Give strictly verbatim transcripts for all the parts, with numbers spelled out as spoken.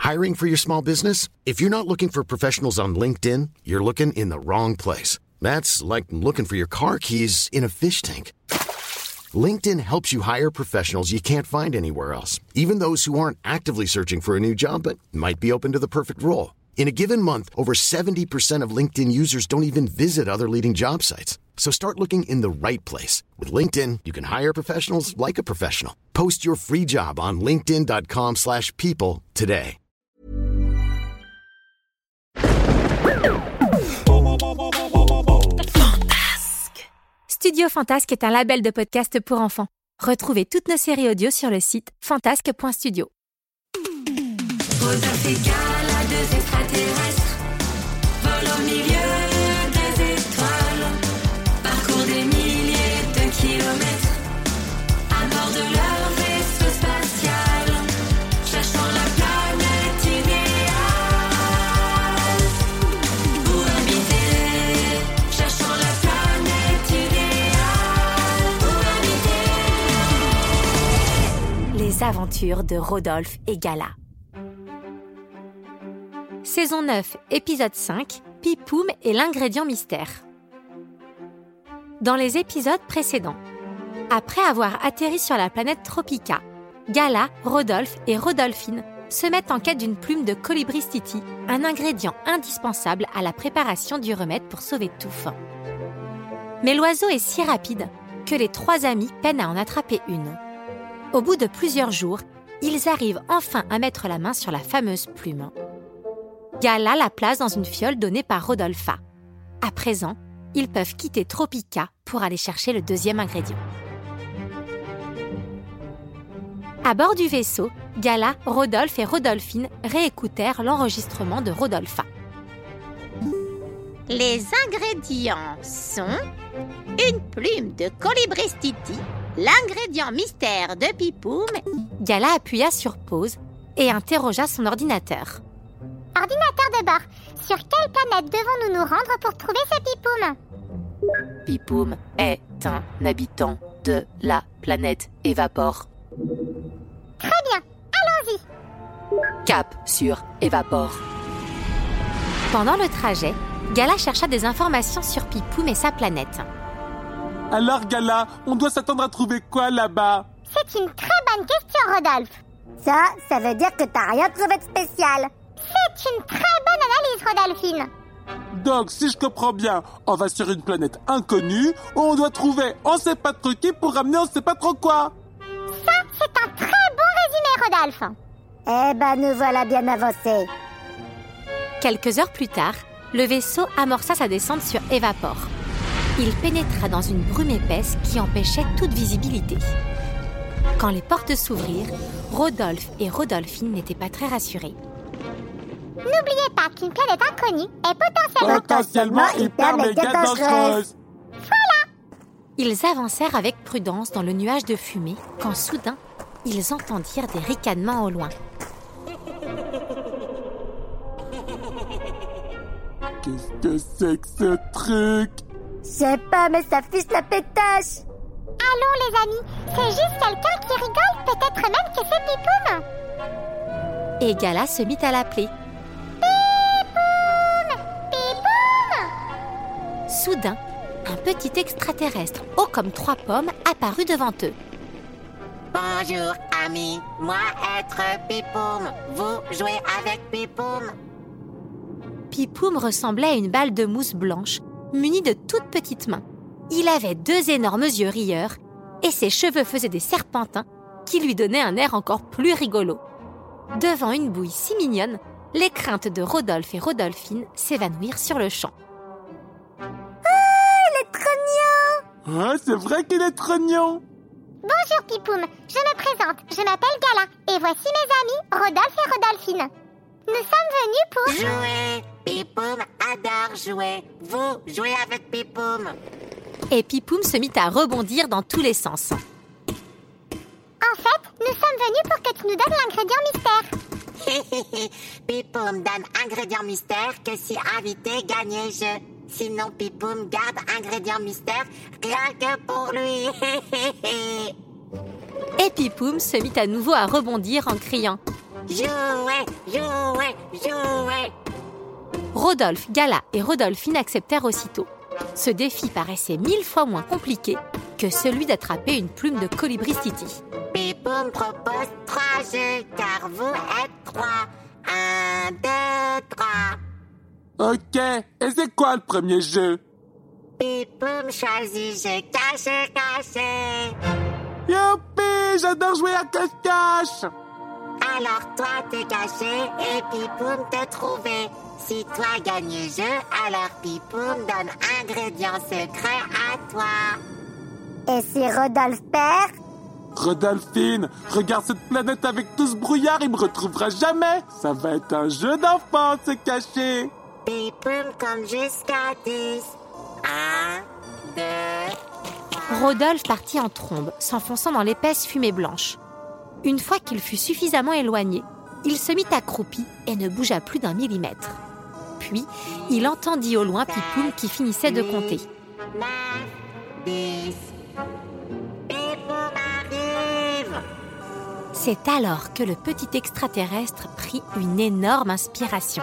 Hiring for your small business? If you're not looking for professionals on LinkedIn, you're looking in the wrong place. That's like looking for your car keys in a fish tank. LinkedIn helps you hire professionals you can't find anywhere else, even those who aren't actively searching for a new job but might be open to the perfect role. In a given month, over seventy percent of LinkedIn users don't even visit other leading job sites. So start looking in the right place. With LinkedIn, you can hire professionals like a professional. Post your free job on linkedin.com slash people today. Fantasque. Studio Fantasque est un label de podcast pour enfants. Retrouvez toutes nos séries audio sur le site fantasque point studio. Rodolphe et Gala, deux extraterrestres, volent au milieu des étoiles, parcourent des milliers de kilomètres, à bord de leur vaisseau spatial, cherchant la planète idéale. Où habiter, cherchant la planète idéale. Où habiter. Les aventures de Rodolphe et Gala. Saison neuf, épisode cinq, Pipoum et l'ingrédient mystère. Dans les épisodes précédents, après avoir atterri sur la planète Tropica, Gala, Rodolphe et Rodolphine se mettent en quête d'une plume de Colibristiti, un ingrédient indispensable à la préparation du remède pour sauver Touffe. Mais l'oiseau est si rapide que les trois amis peinent à en attraper une. Au bout de plusieurs jours, ils arrivent enfin à mettre la main sur la fameuse plume. Gala la place dans une fiole donnée par Rodolpha. À présent, ils peuvent quitter Tropica pour aller chercher le deuxième ingrédient. À bord du vaisseau, Gala, Rodolphe et Rodolphine réécoutèrent l'enregistrement de Rodolpha. Les ingrédients sont une plume de Colibristiti, l'ingrédient mystère de Pipoum. Gala appuya sur pause et interrogea son ordinateur. Ordinateur de bord, sur quelle planète devons-nous nous rendre pour trouver ce Pipoum ? Pipoum est un habitant de la planète Évapore. Très bien, allons-y. Cap sur Évapore. Pendant le trajet, Gala chercha des informations sur Pipoum et sa planète. Alors Gala, on doit s'attendre à trouver quoi là-bas ? C'est une très bonne question, Rodolphe. Ça, ça veut dire que t'as rien trouvé de spécial. C'est une très bonne analyse, Rodolphine. Donc, si je comprends bien, on va sur une planète inconnue où on doit trouver on sait pas trop qui pour ramener on sait pas trop quoi. Ça, c'est un très bon résumé, Rodolphe. Eh ben, nous voilà bien avancés. Quelques heures plus tard, le vaisseau amorça sa descente sur Évapore. Il pénétra dans une brume épaisse qui empêchait toute visibilité. Quand les portes s'ouvrirent, Rodolphe et Rodolphine n'étaient pas très rassurés. N'oubliez pas qu'une planète inconnue est potentiellement, potentiellement hyper méga dangereuse. Voilà. Ils avancèrent avec prudence dans le nuage de fumée quand soudain, ils entendirent des ricanements au loin. Qu'est-ce que c'est que ce truc ? Je sais pas, mais ça fiche la pétache. Allons les amis, c'est juste quelqu'un qui rigole, peut-être même que c'est Pipoum. Et Gala se mit à l'appeler. Soudain, un petit extraterrestre, haut comme trois pommes, apparut devant eux. Bonjour amis, moi être Pipoum, vous jouez avec Pipoum. Pipoum ressemblait à une balle de mousse blanche, munie de toutes petites mains. Il avait deux énormes yeux rieurs et ses cheveux faisaient des serpentins qui lui donnaient un air encore plus rigolo. Devant une bouille si mignonne, les craintes de Rodolphe et Rodolphine s'évanouirent sur le champ. Ah, c'est vrai qu'il est trognon. Bonjour Pipoum, je me présente, je m'appelle Gala et voici mes amis Rodolphe et Rodolphine. Nous sommes venus pour... Jouer, Pipoum adore jouer, vous jouez avec Pipoum. Et Pipoum se mit à rebondir dans tous les sens. En fait, nous sommes venus pour que tu nous donnes l'ingrédient mystère. Pipoum donne ingrédient mystère que si invité gagne jeu. Sinon, Pipoum garde ingrédient mystère rien que pour lui. Et Pipoum se mit à nouveau à rebondir en criant « Jouez, jouez !» jouer. Rodolphe, Gala et Rodolphine acceptèrent aussitôt. Ce défi paraissait mille fois moins compliqué que celui d'attraper une plume de Colibri-Titi. Pipoum propose trois jeux, car vous êtes trois. Un, deux, trois. Ok, et c'est quoi le premier jeu? Pipoum choisit jeu caché, caché. Youpi, j'adore jouer à cache-cache. Alors toi t'es caché et Pipoum te trouver. Si toi gagnes le jeu, alors Pipoum donne ingrédient secret à toi. Et si Rodolphe perd? Rodolphine, regarde cette planète avec tout ce brouillard, il me retrouvera jamais. Ça va être un jeu d'enfant de se cacher. Pipoum compte jusqu'à dix. Un, deux... Rodolphe partit en trombe, s'enfonçant dans l'épaisse fumée blanche. Une fois qu'il fut suffisamment éloigné, il se mit accroupi et ne bougea plus d'un millimètre. Puis, il entendit au loin Pipoum qui finissait de compter. neuf, dix... Pipoum arrive. C'est alors que le petit extraterrestre prit une énorme inspiration.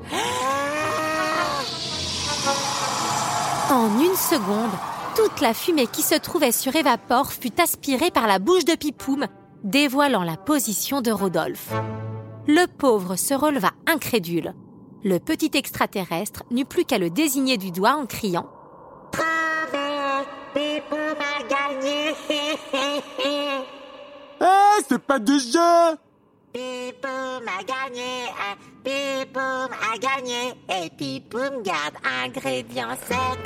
En une seconde, toute la fumée qui se trouvait sur Evapor fut aspirée par la bouche de Pipoum, dévoilant la position de Rodolphe. Le pauvre se releva incrédule. Le petit extraterrestre n'eut plus qu'à le désigner du doigt en criant « Bravo, Pipoum a gagné. Eh, c'est pas du jeu. Pipoum a gagné, Pipoum a gagné, et Pipoum garde ingrédient secret. »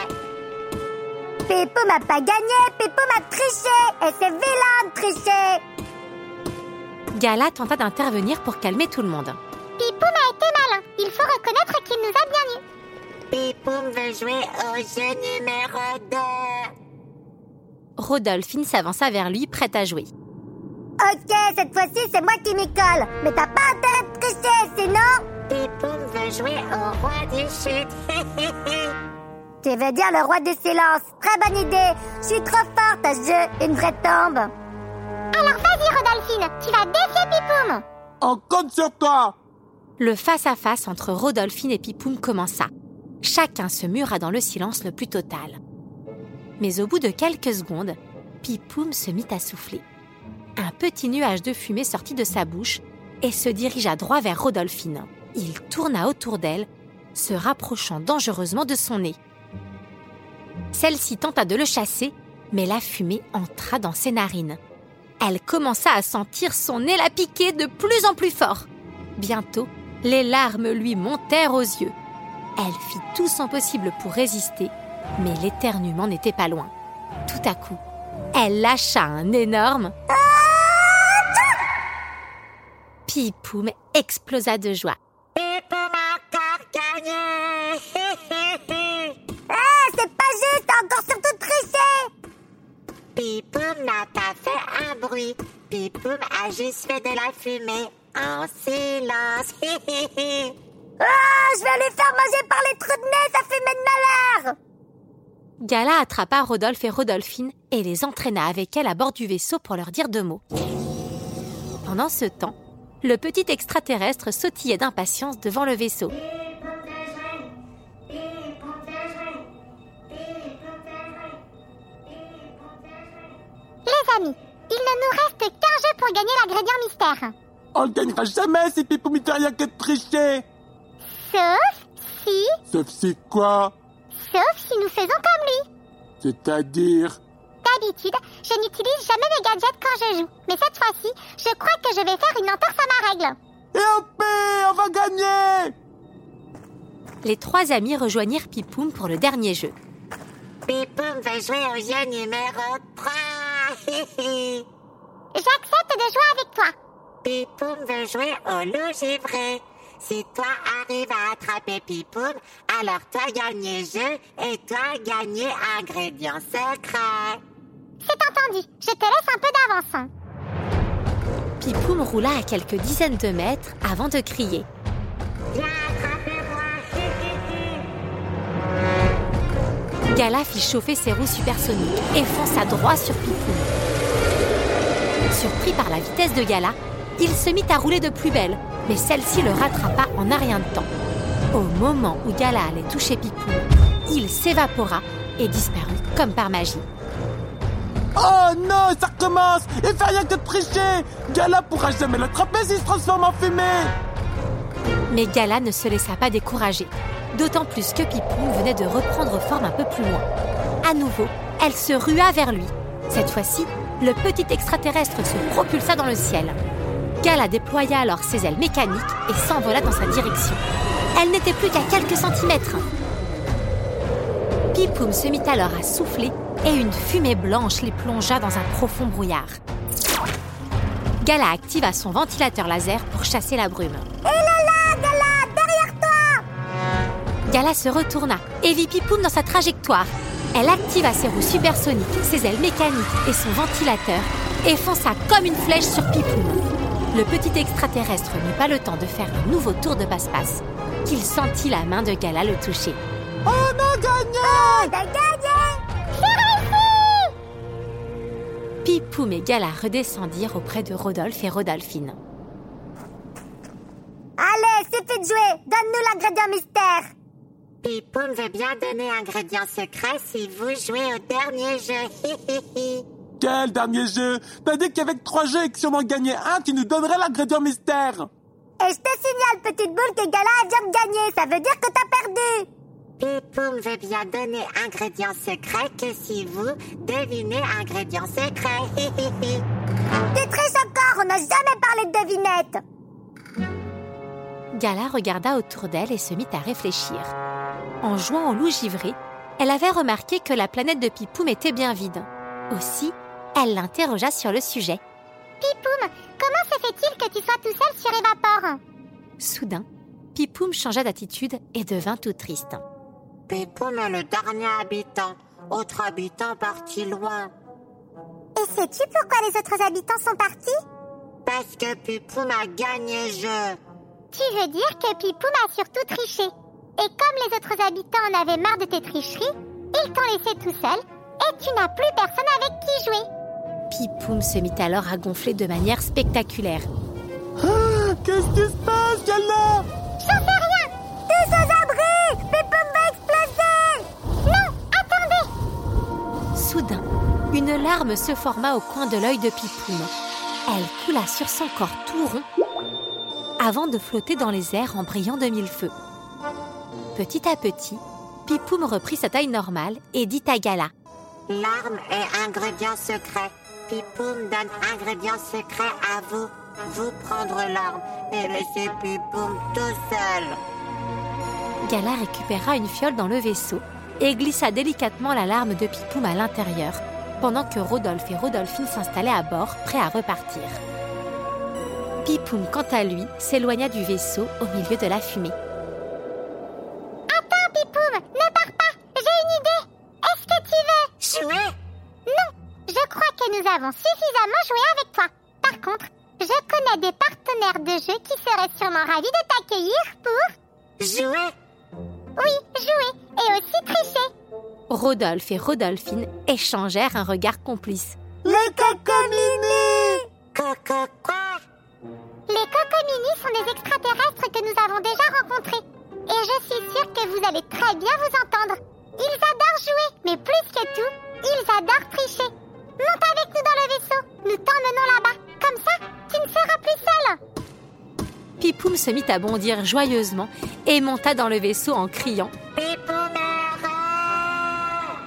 Pipoum a pas gagné, Pipoum a triché. Et c'est vilain de tricher. Gala tenta d'intervenir pour calmer tout le monde. Pipoum a été malin. Il faut reconnaître qu'il nous a bien eu. Pipoum veut jouer au jeu numéro deux. Rodolphine s'avança vers lui, prête à jouer. Ok, cette fois-ci, c'est moi qui m'y colle. Mais t'as pas intérêt de tricher, sinon... Pipoum veut jouer au roi du chute. Tu veux dire le roi du silence. Très bonne idée. Je suis trop forte à ce jeu, une vraie tombe. Alors vas-y, Rodolphine, tu vas défier Pipoum. On compte sur toi. Le face-à-face entre Rodolphine et Pipoum commença. Chacun se mura dans le silence le plus total. Mais au bout de quelques secondes, Pipoum se mit à souffler. Un petit nuage de fumée sortit de sa bouche et se dirigea droit vers Rodolphine. Il tourna autour d'elle, se rapprochant dangereusement de son nez. Celle-ci tenta de le chasser, mais la fumée entra dans ses narines. Elle commença à sentir son nez la piquer de plus en plus fort. Bientôt, les larmes lui montèrent aux yeux. Elle fit tout son possible pour résister, mais l'éternuement n'était pas loin. Tout à coup, elle lâcha un énorme... Pipoum explosa de joie. Pipoum a encore gagné. Ah, c'est pas juste, t'as encore surtout triché. Pipoum n'a pas fait un bruit. Pipoum a juste fait de la fumée en silence. Ah, je vais lui faire manger par les trous de nez, ça fumée de malheur. Gala attrapa Rodolphe et Rodolphine et les entraîna avec elle à bord du vaisseau pour leur dire deux mots. Pendant ce temps, le petit extraterrestre sautillait d'impatience devant le vaisseau. Les amis, il ne nous reste qu'un jeu pour gagner l'ingrédient mystère. On ne gagnera jamais si Pipoum ne fait rien que de tricher. Sauf si... Sauf si quoi? Sauf si nous faisons comme lui. C'est-à-dire? D'habitude, je n'utilise jamais mes gadgets quand je joue. Mais cette fois-ci, je crois que je vais faire une entorse à ma règle. Youpi, on va gagner! Les trois amis rejoignirent Pipoum pour le dernier jeu. Pipoum veut jouer au jeu numéro trois. J'accepte de jouer avec toi. Pipoum veut jouer au loup givré. Si toi arrives à attraper Pipoum, alors toi gagner jeu et toi gagner ingrédient secret. C'est entendu. Je te laisse un peu d'avance. Hein. Pipoum roula à quelques dizaines de mètres avant de crier. Viens, attrapez-moi. Gala fit chauffer ses roues supersoniques et fonça droit sur Pipoum. Surpris par la vitesse de Gala, il se mit à rouler de plus belle, mais celle-ci le rattrapa en un rien de temps. Au moment où Gala allait toucher Pipoum, il s'évapora et disparut comme par magie. Oh non, ça recommence! Il fait rien que de tricher! Gala pourra jamais l'attraper s'il se transforme en fumée! Mais Gala ne se laissa pas décourager, d'autant plus que Pipoum venait de reprendre forme un peu plus loin. À nouveau, elle se rua vers lui. Cette fois-ci, le petit extraterrestre se propulsa dans le ciel. Gala déploya alors ses ailes mécaniques et s'envola dans sa direction. Elle n'était plus qu'à quelques centimètres. Pipoum se mit alors à souffler et une fumée blanche les plongea dans un profond brouillard. Gala activa son ventilateur laser pour chasser la brume. Il est là, Gala, derrière toi! Gala se retourna et vit Pipoum dans sa trajectoire. Elle activa ses roues supersoniques, ses ailes mécaniques et son ventilateur et fonça comme une flèche sur Pipoum. Le petit extraterrestre n'eut pas le temps de faire un nouveau tour de passe-passe qu'il sentit la main de Gala le toucher. On a gagné! On a gagné! J'ai réussi! Pipoum et Gala redescendirent auprès de Rodolphe et Rodolphine. Allez, suffit de jouer! Donne-nous l'ingrédient mystère! Pipoum veut bien donner ingrédient secret si vous jouez au dernier jeu. Quel dernier jeu? T'as dit qu'avec trois jeux et que si on en gagnait un, tu nous donnerais l'ingrédient mystère. Et je te signale, petite boule, que Gala vient de gagner. Ça veut dire que t'as perdu. Pipoum veut bien donner ingrédient secret que si vous devinez ingrédient secret. Tu triches encore, on n'a jamais parlé de devinette. Gala regarda autour d'elle et se mit à réfléchir. En jouant au loup givré, elle avait remarqué que la planète de Pipoum était bien vide. Aussi, elle l'interrogea sur le sujet. Pipoum, comment se fait-il que tu sois tout seul sur Evapor? Soudain, Pipoum changea d'attitude et devint tout triste. Pipoum est le dernier habitant. Autre habitant parti loin. Et sais-tu pourquoi les autres habitants sont partis? Parce que Pipoum a gagné le jeu. Tu veux dire que Pipoum a surtout triché. Et comme les autres habitants en avaient marre de tes tricheries, ils t'ont laissé tout seul et tu n'as plus personne avec qui jouer. Pipoum se mit alors à gonfler de manière spectaculaire. Ah, qu'est-ce qui se passe, Gala? J'en sais rien. Tous aux abris! Pipoum va exploser! Non, attendez! Soudain, une larme se forma au coin de l'œil de Pipoum. Elle coula sur son corps tout rond avant de flotter dans les airs en brillant de mille feux. Petit à petit, Pipoum reprit sa taille normale et dit à Gala. L'arme est ingrédient secret. Pipoum donne ingrédient secret à vous. Vous prendre l'arme et laisser Pipoum tout seul. Gala récupéra une fiole dans le vaisseau et glissa délicatement la larme de Pipoum à l'intérieur, pendant que Rodolphe et Rodolphine s'installaient à bord, prêts à repartir. Pipoum, quant à lui, s'éloigna du vaisseau au milieu de la fumée. Attends, Pipoum, ne pars pas, j'ai une idée. Est-ce que tu veux jouer? Non, je crois que nous avons suffisamment joué avec toi. Par contre, je connais des partenaires de jeu qui seraient sûrement ravis de t'accueillir pour... Jouer? Oui, jouer et aussi tricher. Rodolphe et Rodolphine échangèrent un regard complice. Les Cocomini! Coco quoi? Les Cocomini sont des extraterrestres que nous avons déjà rencontrés. Et je suis sûre que vous allez très bien vous entendre. Ils adorent jouer, mais plus que tout, ils adorent tricher. Monte avec nous dans le vaisseau, nous t'emmenons là-bas. Comme ça, tu ne seras plus seule. Pipoum se mit à bondir joyeusement et monta dans le vaisseau en criant. Pipoum est heureux!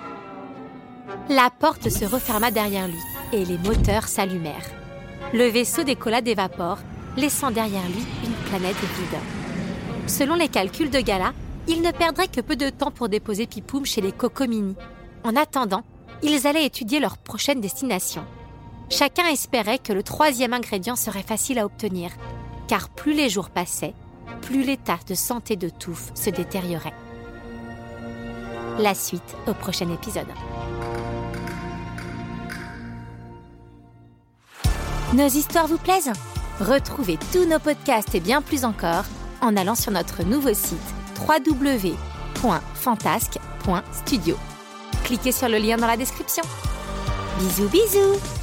La porte se referma derrière lui et les moteurs s'allumèrent. Le vaisseau décolla d'Evapor, laissant derrière lui une planète vide. Selon les calculs de Gala, il ne perdrait que peu de temps pour déposer Pipoum chez les Cocomini. En attendant, ils allaient étudier leur prochaine destination. Chacun espérait que le troisième ingrédient serait facile à obtenir, car plus les jours passaient, plus l'état de santé de Touffe se détériorait. La suite au prochain épisode. Nos histoires vous plaisent ? Retrouvez tous nos podcasts et bien plus encore en allant sur notre nouveau site w w w point fantasque point studio. Cliquez sur le lien dans la description. Bisous bisous!